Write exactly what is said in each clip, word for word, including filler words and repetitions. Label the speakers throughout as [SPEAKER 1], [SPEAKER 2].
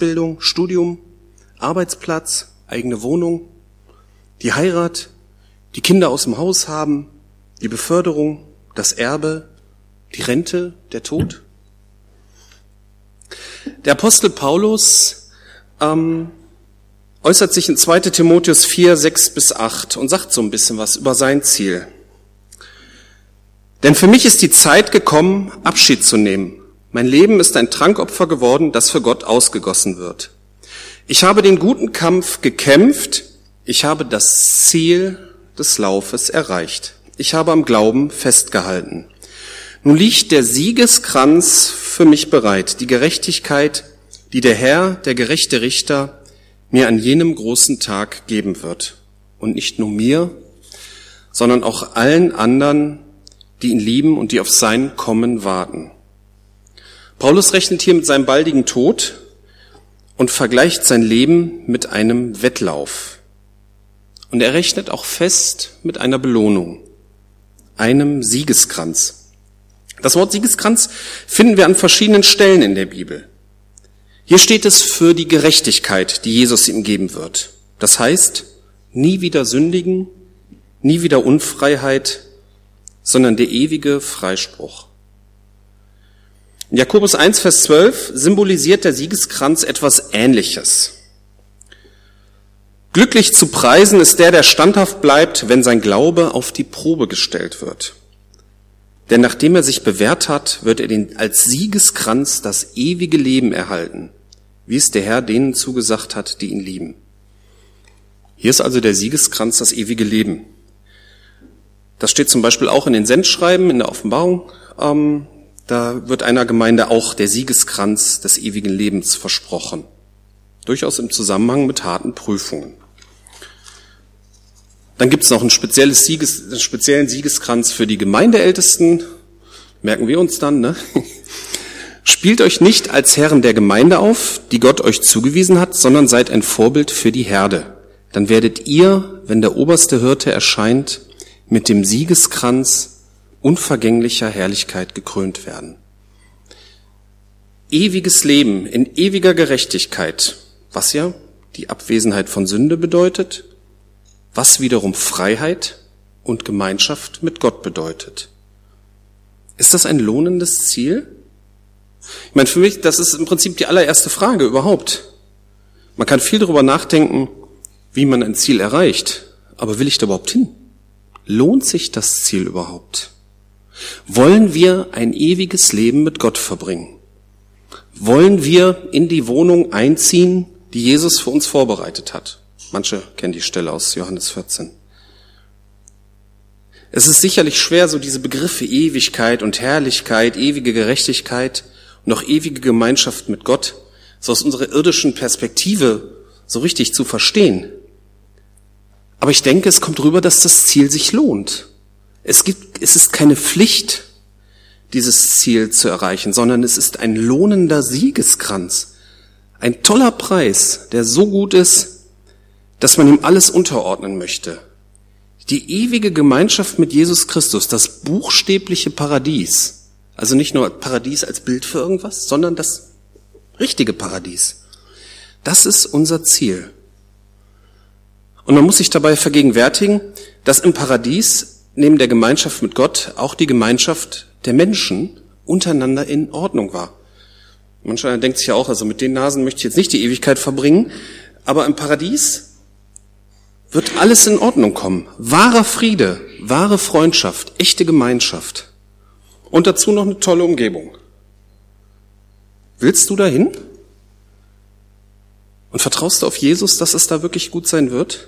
[SPEAKER 1] Ausbildung, Studium, Arbeitsplatz, eigene Wohnung, die Heirat, die Kinder aus dem Haus haben, die Beförderung, das Erbe, die Rente, der Tod? Der Apostel Paulus ähm, äußert sich in zweiter Timotheus vier, sechs bis acht und sagt so ein bisschen was über sein Ziel. Denn für mich ist die Zeit gekommen, Abschied zu nehmen. Mein Leben ist ein Trankopfer geworden, das für Gott ausgegossen wird. Ich habe den guten Kampf gekämpft, ich habe das Ziel des Laufes erreicht. Ich habe am Glauben festgehalten. Nun liegt der Siegeskranz für mich bereit, die Gerechtigkeit, die der Herr, der gerechte Richter, mir an jenem großen Tag geben wird. Und nicht nur mir, sondern auch allen anderen, die ihn lieben und die auf sein Kommen warten. Paulus rechnet hier mit seinem baldigen Tod und vergleicht sein Leben mit einem Wettlauf. Und er rechnet auch fest mit einer Belohnung, einem Siegeskranz. Das Wort Siegeskranz finden wir an verschiedenen Stellen in der Bibel. Hier steht es für die Gerechtigkeit, die Jesus ihm geben wird. Das heißt, nie wieder sündigen, nie wieder Unfreiheit, sondern der ewige Freispruch. In Jakobus eins, Vers zwölf symbolisiert der Siegeskranz etwas Ähnliches. Glücklich zu preisen ist der, der standhaft bleibt, wenn sein Glaube auf die Probe gestellt wird. Denn nachdem er sich bewährt hat, wird er den, als Siegeskranz das ewige Leben erhalten, wie es der Herr denen zugesagt hat, die ihn lieben. Hier ist also der Siegeskranz das ewige Leben. Das steht zum Beispiel auch in den Sendschreiben, in der Offenbarung. Ähm, da wird einer Gemeinde auch der Siegeskranz des ewigen Lebens versprochen. Durchaus im Zusammenhang mit harten Prüfungen. Dann gibt es noch ein spezielles Sieges, einen speziellen Siegeskranz für die Gemeindeältesten. Merken wir uns dann, ne? Spielt euch nicht als Herren der Gemeinde auf, die Gott euch zugewiesen hat, sondern seid ein Vorbild für die Herde. Dann werdet ihr, wenn der oberste Hirte erscheint, mit dem Siegeskranz unvergänglicher Herrlichkeit gekrönt werden. Ewiges Leben in ewiger Gerechtigkeit, was ja die Abwesenheit von Sünde bedeutet, was wiederum Freiheit und Gemeinschaft mit Gott bedeutet. Ist das ein lohnendes Ziel? Ich meine, für mich, das ist im Prinzip die allererste Frage überhaupt. Man kann viel darüber nachdenken, wie man ein Ziel erreicht, aber will ich da überhaupt hin? Lohnt sich das Ziel überhaupt? Wollen wir ein ewiges Leben mit Gott verbringen? Wollen wir in die Wohnung einziehen, die Jesus für uns vorbereitet hat? Manche kennen die Stelle aus Johannes vierzehn. Es ist sicherlich schwer, so diese Begriffe Ewigkeit und Herrlichkeit, ewige Gerechtigkeit und auch ewige Gemeinschaft mit Gott so aus unserer irdischen Perspektive so richtig zu verstehen. Aber ich denke, es kommt rüber, dass das Ziel sich lohnt. Es gibt, es ist keine Pflicht, dieses Ziel zu erreichen, sondern es ist ein lohnender Siegeskranz. Ein toller Preis, der so gut ist, dass man ihm alles unterordnen möchte. Die ewige Gemeinschaft mit Jesus Christus, das buchstäbliche Paradies. Also nicht nur Paradies als Bild für irgendwas, sondern das richtige Paradies. Das ist unser Ziel. Und man muss sich dabei vergegenwärtigen, dass im Paradies neben der Gemeinschaft mit Gott auch die Gemeinschaft der Menschen untereinander in Ordnung war. Manch einer denkt sich ja auch, also mit den Nasen möchte ich jetzt nicht die Ewigkeit verbringen, aber im Paradies wird alles in Ordnung kommen. Wahrer Friede, wahre Freundschaft, echte Gemeinschaft. Und dazu noch eine tolle Umgebung. Willst du dahin? Und vertraust du auf Jesus, dass es da wirklich gut sein wird?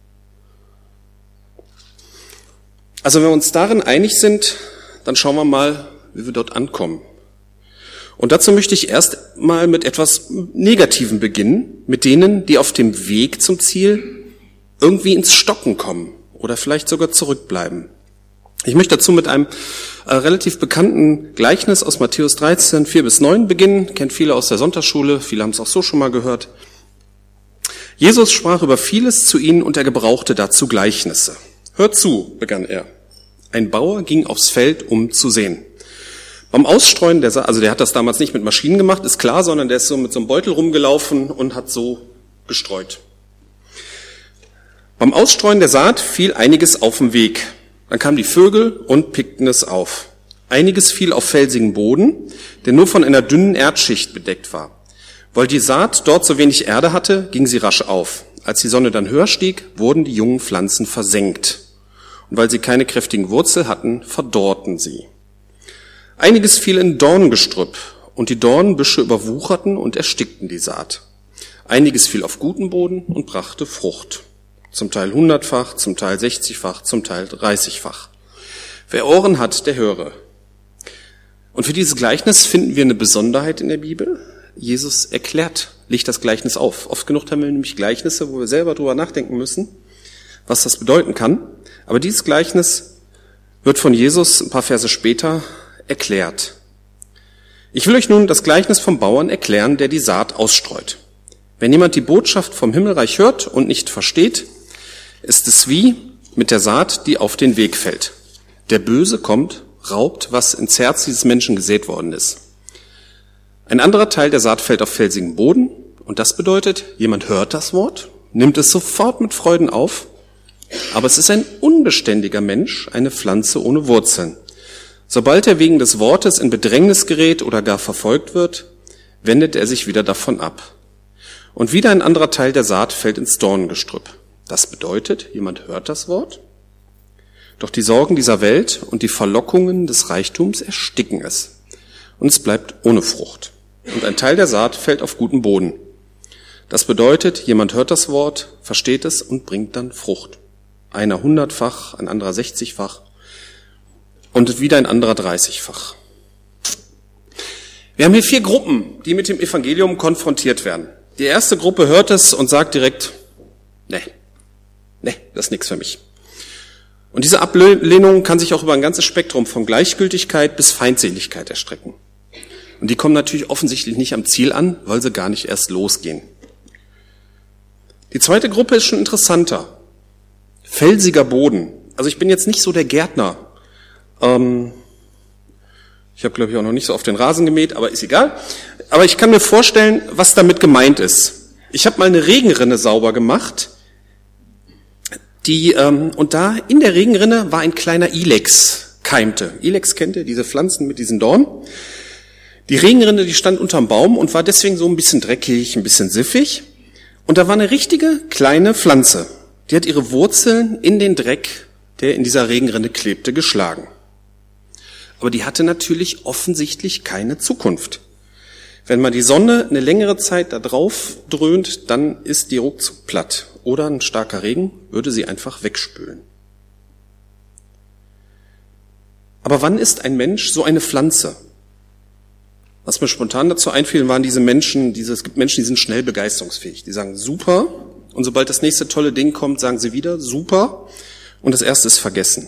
[SPEAKER 1] Also wenn wir uns darin einig sind, dann schauen wir mal, wie wir dort ankommen. Und dazu möchte ich erst mal mit etwas Negativem beginnen, mit denen, die auf dem Weg zum Ziel irgendwie ins Stocken kommen oder vielleicht sogar zurückbleiben. Ich möchte dazu mit einem äh, relativ bekannten Gleichnis aus Matthäus dreizehn, vier bis neun beginnen. Kennt viele aus der Sonntagsschule, viele haben es auch so schon mal gehört. Jesus sprach über vieles zu ihnen und er gebrauchte dazu Gleichnisse. Hört zu, begann er. Ein Bauer ging aufs Feld, um zu säen. Beim Ausstreuen der Saat, also der hat das damals nicht mit Maschinen gemacht, ist klar, sondern der ist so mit so einem Beutel rumgelaufen und hat so gestreut. Beim Ausstreuen der Saat fiel einiges auf den Weg. Dann kamen die Vögel und pickten es auf. Einiges fiel auf felsigen Boden, der nur von einer dünnen Erdschicht bedeckt war. Weil die Saat dort so wenig Erde hatte, ging sie rasch auf. Als die Sonne dann höher stieg, wurden die jungen Pflanzen versenkt. Und weil sie keine kräftigen Wurzeln hatten, verdorrten sie. Einiges fiel in Dorngestrüpp, und die Dornbüsche überwucherten und erstickten die Saat. Einiges fiel auf guten Boden und brachte Frucht. Zum Teil hundertfach, zum Teil sechzigfach, zum Teil dreißigfach. Wer Ohren hat, der höre. Und für dieses Gleichnis finden wir eine Besonderheit in der Bibel. Jesus erklärt, legt das Gleichnis auf. Oft genug haben wir nämlich Gleichnisse, wo wir selber drüber nachdenken müssen, was das bedeuten kann. Aber dieses Gleichnis wird von Jesus ein paar Verse später erklärt. Ich will euch nun das Gleichnis vom Bauern erklären, der die Saat ausstreut. Wenn jemand die Botschaft vom Himmelreich hört und nicht versteht, ist es wie mit der Saat, die auf den Weg fällt. Der Böse kommt, raubt, was ins Herz dieses Menschen gesät worden ist. Ein anderer Teil der Saat fällt auf felsigen Boden, und das bedeutet, jemand hört das Wort, nimmt es sofort mit Freuden auf, aber es ist ein unbeständiger Mensch, eine Pflanze ohne Wurzeln. Sobald er wegen des Wortes in Bedrängnis gerät oder gar verfolgt wird, wendet er sich wieder davon ab. Und wieder ein anderer Teil der Saat fällt ins Dornengestrüpp. Das bedeutet, jemand hört das Wort, doch die Sorgen dieser Welt und die Verlockungen des Reichtums ersticken es. Und es bleibt ohne Frucht. Und ein Teil der Saat fällt auf guten Boden. Das bedeutet, jemand hört das Wort, versteht es und bringt dann Frucht. Einer hundertfach, ein anderer sechzigfach und wieder ein anderer dreißigfach. Wir haben hier vier Gruppen, die mit dem Evangelium konfrontiert werden. Die erste Gruppe hört es und sagt direkt, nee, nee, das ist nichts für mich. Und diese Ablehnung kann sich auch über ein ganzes Spektrum von Gleichgültigkeit bis Feindseligkeit erstrecken. Und die kommen natürlich offensichtlich nicht am Ziel an, weil sie gar nicht erst losgehen. Die zweite Gruppe ist schon interessanter. Felsiger Boden. Also ich bin jetzt nicht so der Gärtner. Ähm, ich habe, glaube ich, auch noch nicht so auf den Rasen gemäht, aber ist egal. Aber ich kann mir vorstellen, was damit gemeint ist. Ich habe mal eine Regenrinne sauber gemacht. Die ähm, und da in der Regenrinne war ein kleiner Ilex, keimte. Ilex kennt ihr, diese Pflanzen mit diesen Dornen. Die Regenrinne, die stand unterm Baum und war deswegen so ein bisschen dreckig, ein bisschen siffig. Und da war eine richtige kleine Pflanze. Die hat ihre Wurzeln in den Dreck, der in dieser Regenrinne klebte, geschlagen. Aber die hatte natürlich offensichtlich keine Zukunft. Wenn man die Sonne eine längere Zeit da drauf dröhnt, dann ist die ruckzuck platt. Oder ein starker Regen würde sie einfach wegspülen. Aber wann ist ein Mensch so eine Pflanze? Was mir spontan dazu einfiel, waren diese Menschen, diese, es gibt Menschen, die sind schnell begeisterungsfähig. Die sagen super, und sobald das nächste tolle Ding kommt, sagen sie wieder super, und das erste ist vergessen.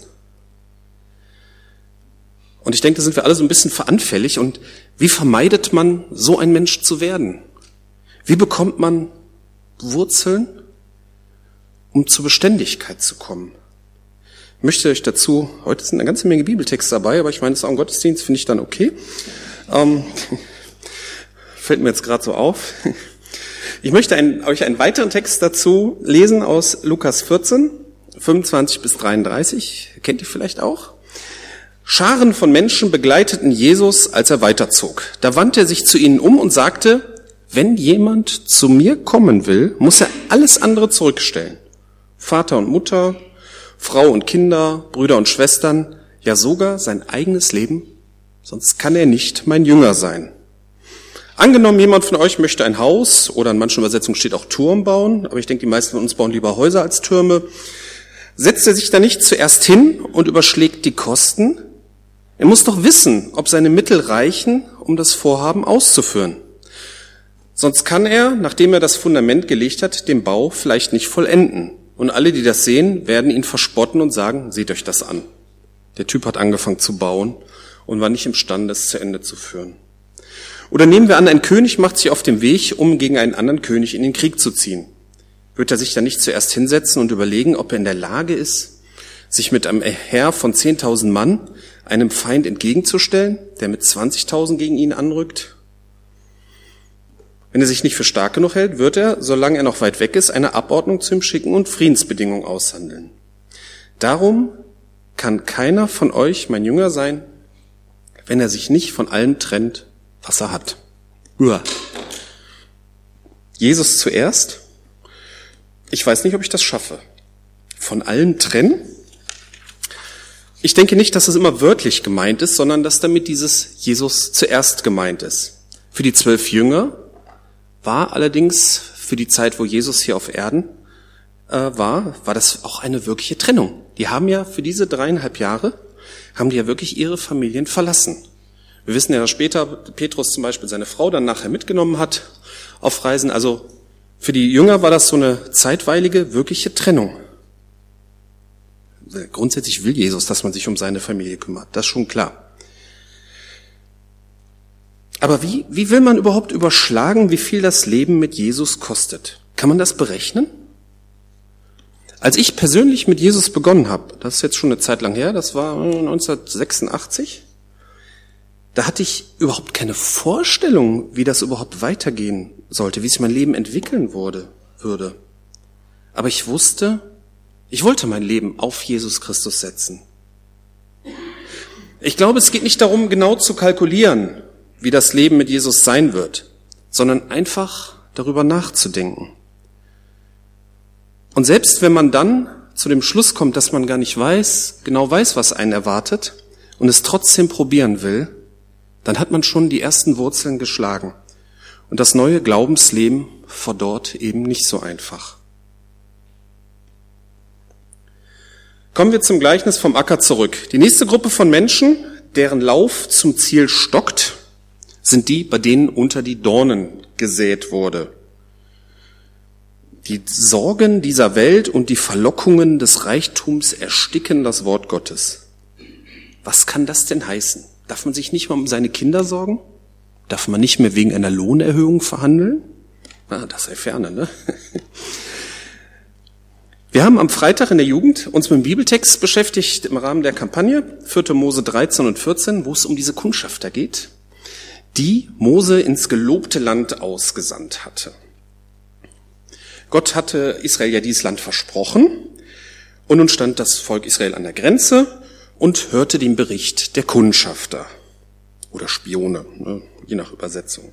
[SPEAKER 1] Und ich denke, da sind wir alle so ein bisschen veranfällig. Und wie vermeidet man, so ein Mensch zu werden? Wie bekommt man Wurzeln, um zur Beständigkeit zu kommen? Ich möchte euch dazu, heute sind eine ganze Menge Bibeltexte dabei, aber ich meine, das ist auch ein Gottesdienst, finde ich dann okay. Ähm, fällt mir jetzt gerade so auf. Ich möchte ein, euch einen weiteren Text dazu lesen aus Lukas vierzehn, fünfundzwanzig bis dreiunddreißig. Kennt ihr vielleicht auch? Scharen von Menschen begleiteten Jesus, als er weiterzog. Da wandte er sich zu ihnen um und sagte, wenn jemand zu mir kommen will, muss er alles andere zurückstellen. Vater und Mutter, Frau und Kinder, Brüder und Schwestern, ja sogar sein eigenes Leben, sonst kann er nicht mein Jünger sein. Angenommen, jemand von euch möchte ein Haus, oder in manchen Übersetzungen steht auch Turm bauen, aber ich denke, die meisten von uns bauen lieber Häuser als Türme, setzt er sich da nicht zuerst hin und überschlägt die Kosten? Er muss doch wissen, ob seine Mittel reichen, um das Vorhaben auszuführen. Sonst kann er, nachdem er das Fundament gelegt hat, den Bau vielleicht nicht vollenden. Und alle, die das sehen, werden ihn verspotten und sagen, seht euch das an. Der Typ hat angefangen zu bauen und war nicht imstande, es zu Ende zu führen. Oder nehmen wir an, ein König macht sich auf den Weg, um gegen einen anderen König in den Krieg zu ziehen. Wird er sich dann nicht zuerst hinsetzen und überlegen, ob er in der Lage ist, sich mit einem Heer von zehntausend Mann einem Feind entgegenzustellen, der mit zwanzigtausend gegen ihn anrückt? Wenn er sich nicht für stark genug hält, wird er, solange er noch weit weg ist, eine Abordnung zu ihm schicken und Friedensbedingungen aushandeln. Darum kann keiner von euch mein Jünger sein, wenn er sich nicht von allem trennt, was er hat. Uah. Jesus zuerst. Ich weiß nicht, ob ich das schaffe. Von allem trennen? Ich denke nicht, dass es immer wörtlich gemeint ist, sondern dass damit dieses Jesus zuerst gemeint ist. Für die zwölf Jünger war allerdings für die Zeit, wo Jesus hier auf Erden äh, war, war das auch eine wirkliche Trennung. Die haben ja für diese dreieinhalb Jahre, haben die ja wirklich ihre Familien verlassen. Wir wissen ja, dass später Petrus zum Beispiel seine Frau dann nachher mitgenommen hat auf Reisen. Also für die Jünger war das so eine zeitweilige, wirkliche Trennung. Grundsätzlich will Jesus, dass man sich um seine Familie kümmert, das ist schon klar. Aber wie, wie will man überhaupt überschlagen, wie viel das Leben mit Jesus kostet? Kann man das berechnen? Als ich persönlich mit Jesus begonnen habe, das ist jetzt schon eine Zeit lang her, das war neunzehnhundertsechsundachtzig, da hatte ich überhaupt keine Vorstellung, wie das überhaupt weitergehen sollte, wie sich mein Leben entwickeln wurde, würde. Aber ich wusste, ich wollte mein Leben auf Jesus Christus setzen. Ich glaube, es geht nicht darum, genau zu kalkulieren, wie das Leben mit Jesus sein wird, sondern einfach darüber nachzudenken. Und selbst wenn man dann zu dem Schluss kommt, dass man gar nicht weiß, genau weiß, was einen erwartet und es trotzdem probieren will, dann hat man schon die ersten Wurzeln geschlagen. Und das neue Glaubensleben verdorrt eben nicht so einfach. Kommen wir zum Gleichnis vom Acker zurück. Die nächste Gruppe von Menschen, deren Lauf zum Ziel stockt, sind die, bei denen unter die Dornen gesät wurde. Die Sorgen dieser Welt und die Verlockungen des Reichtums ersticken das Wort Gottes. Was kann das denn heißen? Darf man sich nicht mal um seine Kinder sorgen? Darf man nicht mehr wegen einer Lohnerhöhung verhandeln? Ah, das sei ferne, ne? Wir haben am Freitag in der Jugend uns mit dem Bibeltext beschäftigt im Rahmen der Kampagne, vierte Mose dreizehn und vierzehn, wo es um diese Kundschafter geht, die Mose ins gelobte Land ausgesandt hatte. Gott hatte Israel ja dieses Land versprochen und nun stand das Volk Israel an der Grenze und hörte den Bericht der Kundschafter oder Spione, ne, je nach Übersetzung.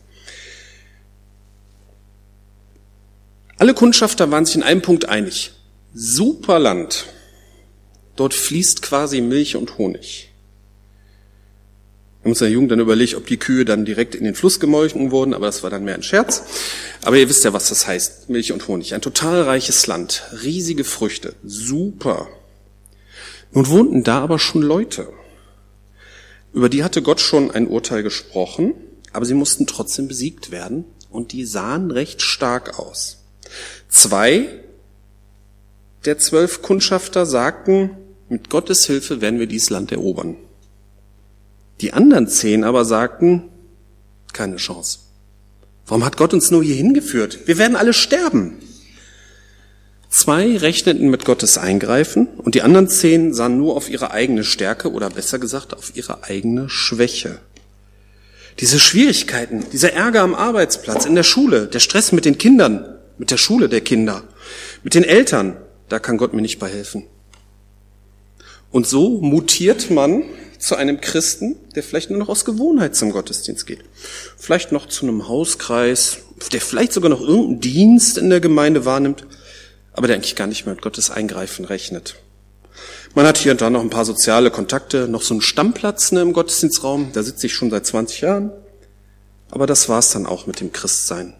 [SPEAKER 1] Alle Kundschafter waren sich in einem Punkt einig. Super Land. Dort fließt quasi Milch und Honig. Wir haben uns in der Jugend dann überlegt, ob die Kühe dann direkt in den Fluss gemolken wurden, aber das war dann mehr ein Scherz. Aber ihr wisst ja, was das heißt, Milch und Honig. Ein total reiches Land, riesige Früchte, super. Nun wohnten da aber schon Leute. Über die hatte Gott schon ein Urteil gesprochen, aber sie mussten trotzdem besiegt werden und die sahen recht stark aus. Zwei der zwölf Kundschafter sagten, mit Gottes Hilfe werden wir dieses Land erobern. Die anderen zehn aber sagten, keine Chance. Warum hat Gott uns nur hier hingeführt? Wir werden alle sterben. Zwei rechneten mit Gottes Eingreifen und die anderen zehn sahen nur auf ihre eigene Stärke oder besser gesagt auf ihre eigene Schwäche. Diese Schwierigkeiten, dieser Ärger am Arbeitsplatz, in der Schule, der Stress mit den Kindern, mit der Schule der Kinder, mit den Eltern, da kann Gott mir nicht bei helfen. Und so mutiert man zu einem Christen, der vielleicht nur noch aus Gewohnheit zum Gottesdienst geht. Vielleicht noch zu einem Hauskreis, der vielleicht sogar noch irgendeinen Dienst in der Gemeinde wahrnimmt, aber der eigentlich gar nicht mehr mit Gottes Eingreifen rechnet. Man hat hier und da noch ein paar soziale Kontakte, noch so einen Stammplatz ne, im Gottesdienstraum, da sitze ich schon seit zwanzig Jahren, aber das war's dann auch mit dem Christsein.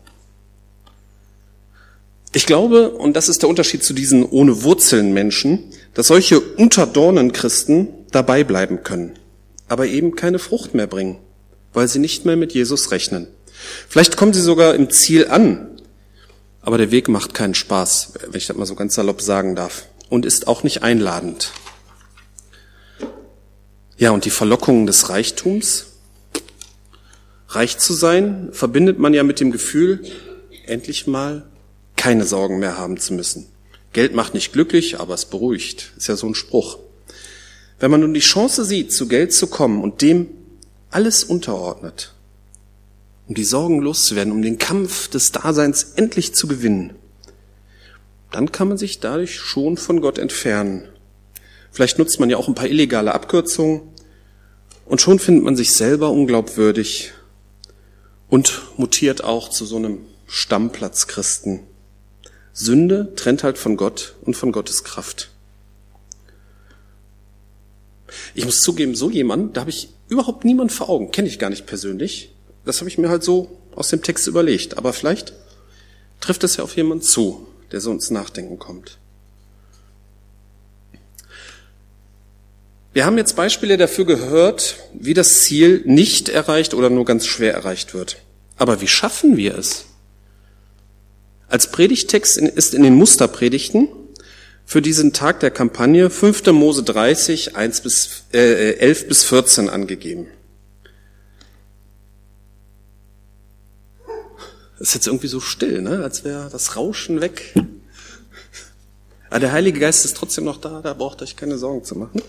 [SPEAKER 1] Ich glaube, und das ist der Unterschied zu diesen ohne Wurzeln Menschen, dass solche Unterdornen-Christen dabei bleiben können, aber eben keine Frucht mehr bringen, weil sie nicht mehr mit Jesus rechnen. Vielleicht kommen sie sogar im Ziel an, aber der Weg macht keinen Spaß, wenn ich das mal so ganz salopp sagen darf, und ist auch nicht einladend. Ja, und die Verlockungen des Reichtums, reich zu sein, verbindet man ja mit dem Gefühl, endlich mal keine Sorgen mehr haben zu müssen. Geld macht nicht glücklich, aber es beruhigt. Ist ja so ein Spruch. Wenn man nun die Chance sieht, zu Geld zu kommen und dem alles unterordnet, um die Sorgen loszuwerden, um den Kampf des Daseins endlich zu gewinnen, dann kann man sich dadurch schon von Gott entfernen. Vielleicht nutzt man ja auch ein paar illegale Abkürzungen und schon findet man sich selber unglaubwürdig und mutiert auch zu so einem Stammplatz-Christen. Sünde trennt halt von Gott und von Gottes Kraft. Ich muss zugeben, so jemand, da habe ich überhaupt niemanden vor Augen, kenne ich gar nicht persönlich. Das habe ich mir halt so aus dem Text überlegt. Aber vielleicht trifft es ja auf jemanden zu, der so ins Nachdenken kommt. Wir haben jetzt Beispiele dafür gehört, wie das Ziel nicht erreicht oder nur ganz schwer erreicht wird. Aber wie schaffen wir es? Als Predigtext ist in den Musterpredigten für diesen Tag der Kampagne fünfter Mose dreißig, eins bis, äh, elf bis vierzehn angegeben. Das ist jetzt irgendwie so still, ne? Als wäre das Rauschen weg. Aber der Heilige Geist ist trotzdem noch da, da braucht ihr euch keine Sorgen zu machen.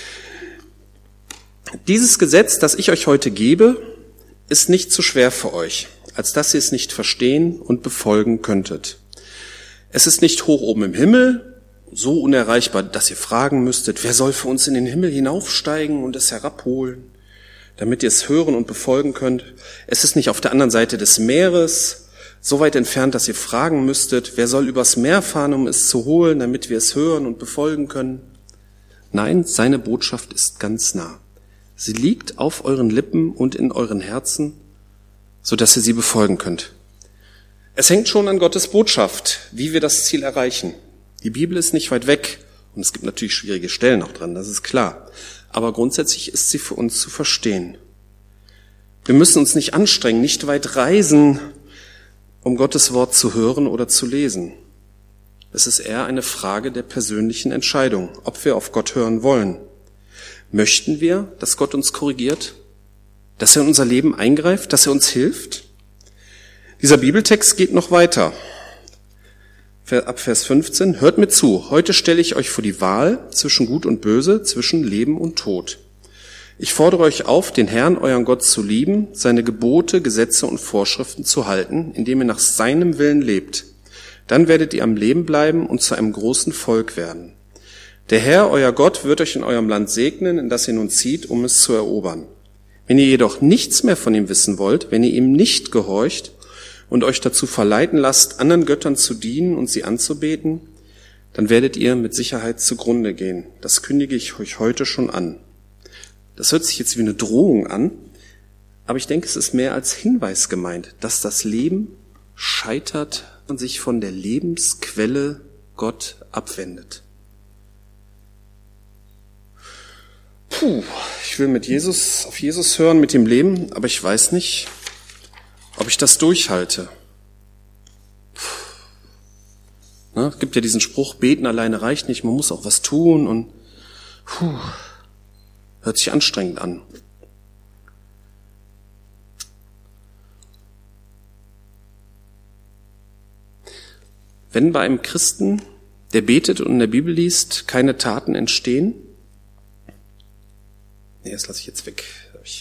[SPEAKER 1] Dieses Gesetz, das ich euch heute gebe, ist nicht zu schwer für euch, als dass ihr es nicht verstehen und befolgen könntet. Es ist nicht hoch oben im Himmel, so unerreichbar, dass ihr fragen müsstet, wer soll für uns in den Himmel hinaufsteigen und es herabholen, damit ihr es hören und befolgen könnt. Es ist nicht auf der anderen Seite des Meeres, so weit entfernt, dass ihr fragen müsstet, wer soll übers Meer fahren, um es zu holen, damit wir es hören und befolgen können. Nein, seine Botschaft ist ganz nah. Sie liegt auf euren Lippen und in euren Herzen, so dass ihr sie befolgen könnt. Es hängt schon an Gottes Botschaft, wie wir das Ziel erreichen. Die Bibel ist nicht weit weg und es gibt natürlich schwierige Stellen auch dran, das ist klar. Aber grundsätzlich ist sie für uns zu verstehen. Wir müssen uns nicht anstrengen, nicht weit reisen, um Gottes Wort zu hören oder zu lesen. Es ist eher eine Frage der persönlichen Entscheidung, ob wir auf Gott hören wollen. Möchten wir, dass Gott uns korrigiert, dass er in unser Leben eingreift, dass er uns hilft? Dieser Bibeltext geht noch weiter. Ab Vers fünfzehn, hört mir zu, heute stelle ich euch vor die Wahl zwischen Gut und Böse, zwischen Leben und Tod. Ich fordere euch auf, den Herrn, euren Gott, zu lieben, seine Gebote, Gesetze und Vorschriften zu halten, indem ihr nach seinem Willen lebt. Dann werdet ihr am Leben bleiben und zu einem großen Volk werden. Der Herr, euer Gott, wird euch in eurem Land segnen, in das ihr nun zieht, um es zu erobern. Wenn ihr jedoch nichts mehr von ihm wissen wollt, wenn ihr ihm nicht gehorcht und euch dazu verleiten lasst, anderen Göttern zu dienen und sie anzubeten, dann werdet ihr mit Sicherheit zugrunde gehen. Das kündige ich euch heute schon an. Das hört sich jetzt wie eine Drohung an, aber ich denke, es ist mehr als Hinweis gemeint, dass das Leben scheitert und sich von der Lebensquelle Gott abwendet. Puh, ich will mit Jesus, auf Jesus hören, mit dem Leben, aber ich weiß nicht, ob ich das durchhalte. Ne, es gibt ja diesen Spruch, beten alleine reicht nicht, man muss auch was tun und puh, hört sich anstrengend an. Wenn bei einem Christen, der betet und in der Bibel liest, keine Taten entstehen, nee, das lasse ich jetzt weg.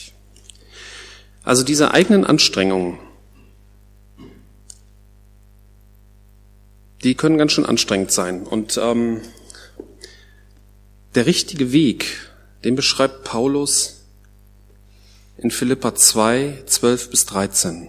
[SPEAKER 1] Also diese eigenen Anstrengungen, die können ganz schön anstrengend sein. Und ähm, der richtige Weg, den beschreibt Paulus in Philipper zwei, zwölf bis dreizehn.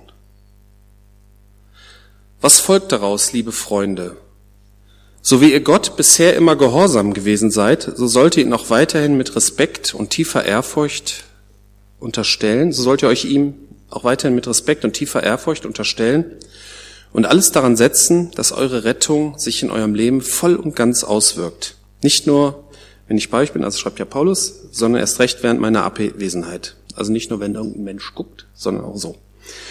[SPEAKER 1] Was folgt daraus, liebe Freunde? So wie ihr Gott bisher immer gehorsam gewesen seid, so sollt ihr ihn auch weiterhin mit Respekt und tiefer Ehrfurcht unterstellen, so sollt ihr euch ihm auch weiterhin mit Respekt und tiefer Ehrfurcht unterstellen und alles daran setzen, dass eure Rettung sich in eurem Leben voll und ganz auswirkt. Nicht nur, wenn ich bei euch bin, also schreibt ja Paulus, sondern erst recht während meiner Abwesenheit. Also nicht nur, wenn irgendein Mensch guckt, sondern auch so.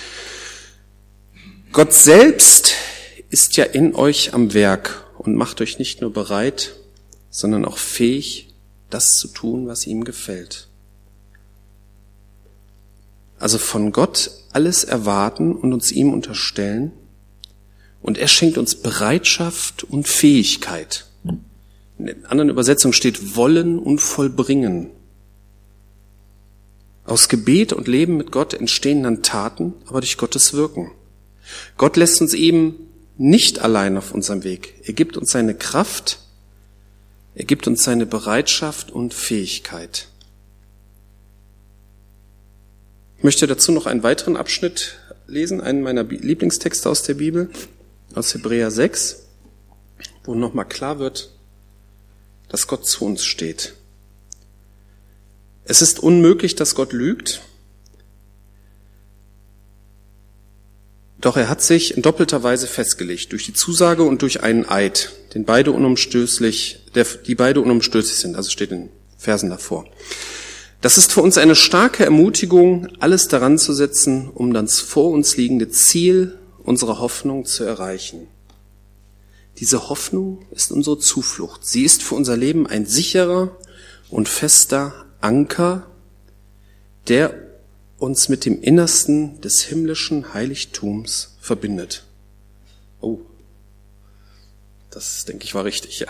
[SPEAKER 1] Gott selbst ist ja in euch am Werk und macht euch nicht nur bereit, sondern auch fähig, das zu tun, was ihm gefällt. Also von Gott alles erwarten und uns ihm unterstellen. Und er schenkt uns Bereitschaft und Fähigkeit, In den anderen Übersetzungen steht wollen und vollbringen. Aus Gebet und Leben mit Gott entstehen dann Taten, aber durch Gottes Wirken. Gott lässt uns eben nicht allein auf unserem Weg. Er gibt uns seine Kraft, er gibt uns seine Bereitschaft und Fähigkeit. Ich möchte dazu noch einen weiteren Abschnitt lesen, einen meiner Lieblingstexte aus der Bibel, aus Hebräer sechs, wo nochmal klar wird, dass Gott zu uns steht. Es ist unmöglich, dass Gott lügt, doch er hat sich in doppelter Weise festgelegt, durch die Zusage und durch einen Eid, den beide unumstößlich, der, die beide unumstößlich sind, also steht in Versen davor. Das ist für uns eine starke Ermutigung, alles daran zu setzen, um das vor uns liegende Ziel unserer Hoffnung zu erreichen. Diese Hoffnung ist unsere Zuflucht. Sie ist für unser Leben ein sicherer und fester Anker, der uns mit dem Innersten des himmlischen Heiligtums verbindet. Oh, das denke ich war richtig, ja.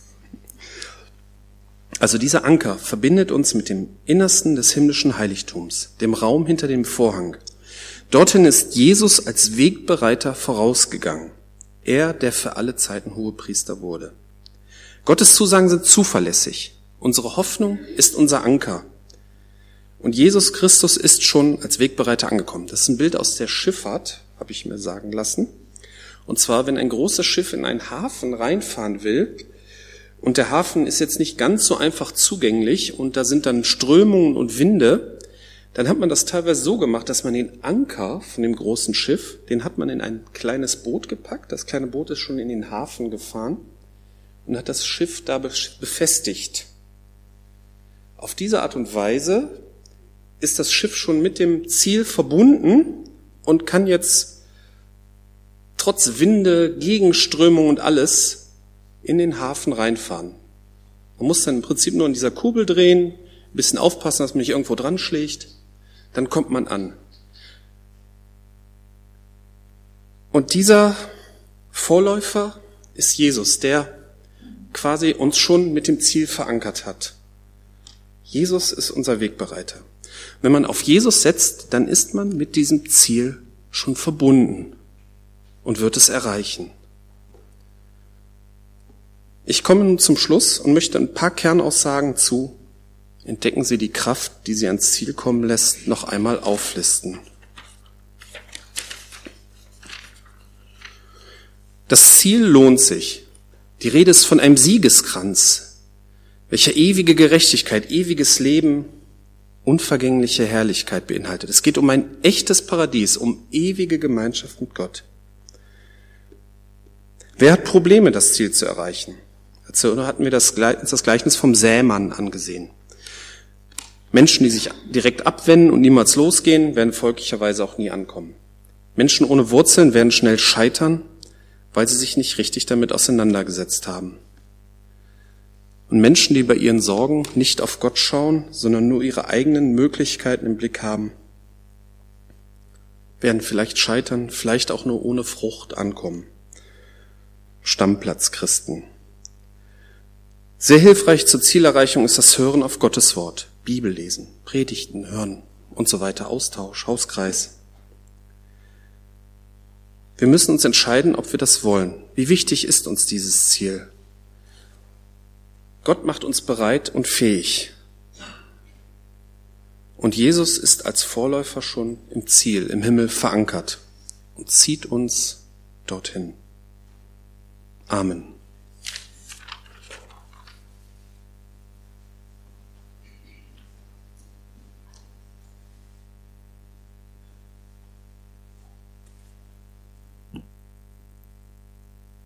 [SPEAKER 1] Also dieser Anker verbindet uns mit dem Innersten des himmlischen Heiligtums, dem Raum hinter dem Vorhang. Dorthin ist Jesus als Wegbereiter vorausgegangen. Er, der für alle Zeiten Hohepriester wurde. Gottes Zusagen sind zuverlässig. Unsere Hoffnung ist unser Anker. Und Jesus Christus ist schon als Wegbereiter angekommen. Das ist ein Bild aus der Schifffahrt, habe ich mir sagen lassen. Und zwar, wenn ein großes Schiff in einen Hafen reinfahren will, und der Hafen ist jetzt nicht ganz so einfach zugänglich und da sind dann Strömungen und Winde, dann hat man das teilweise so gemacht, dass man den Anker von dem großen Schiff, den hat man in ein kleines Boot gepackt. Das kleine Boot ist schon in den Hafen gefahren und hat das Schiff da befestigt. Auf diese Art und Weise ist das Schiff schon mit dem Ziel verbunden und kann jetzt trotz Winde, Gegenströmung und alles in den Hafen reinfahren. Man muss dann im Prinzip nur an dieser Kurbel drehen, ein bisschen aufpassen, dass man nicht irgendwo dran schlägt, dann kommt man an. Und dieser Vorläufer ist Jesus, der quasi uns schon mit dem Ziel verankert hat. Jesus ist unser Wegbereiter. Wenn man auf Jesus setzt, dann ist man mit diesem Ziel schon verbunden und wird es erreichen. Ich komme nun zum Schluss und möchte ein paar Kernaussagen zu Entdecken Sie die Kraft, die Sie ans Ziel kommen lässt, noch einmal auflisten. Das Ziel lohnt sich. Die Rede ist von einem Siegeskranz, welcher ewige Gerechtigkeit, ewiges Leben, unvergängliche Herrlichkeit beinhaltet. Es geht um ein echtes Paradies, um ewige Gemeinschaft mit Gott. Wer hat Probleme, das Ziel zu erreichen? Dazu hatten wir das, das Gleichnis vom Sämann angesehen. Menschen, die sich direkt abwenden und niemals losgehen, werden folglicherweise auch nie ankommen. Menschen ohne Wurzeln werden schnell scheitern, weil sie sich nicht richtig damit auseinandergesetzt haben. Und Menschen, die bei ihren Sorgen nicht auf Gott schauen, sondern nur ihre eigenen Möglichkeiten im Blick haben, werden vielleicht scheitern, vielleicht auch nur ohne Frucht ankommen. Stammplatzchristen. Sehr hilfreich zur Zielerreichung ist das Hören auf Gottes Wort, Bibel lesen, Predigten hören und so weiter, Austausch, Hauskreis. Wir müssen uns entscheiden, ob wir das wollen. Wie wichtig ist uns dieses Ziel? Gott macht uns bereit und fähig. Und Jesus ist als Vorläufer schon im Ziel, im Himmel verankert und zieht uns dorthin. Amen.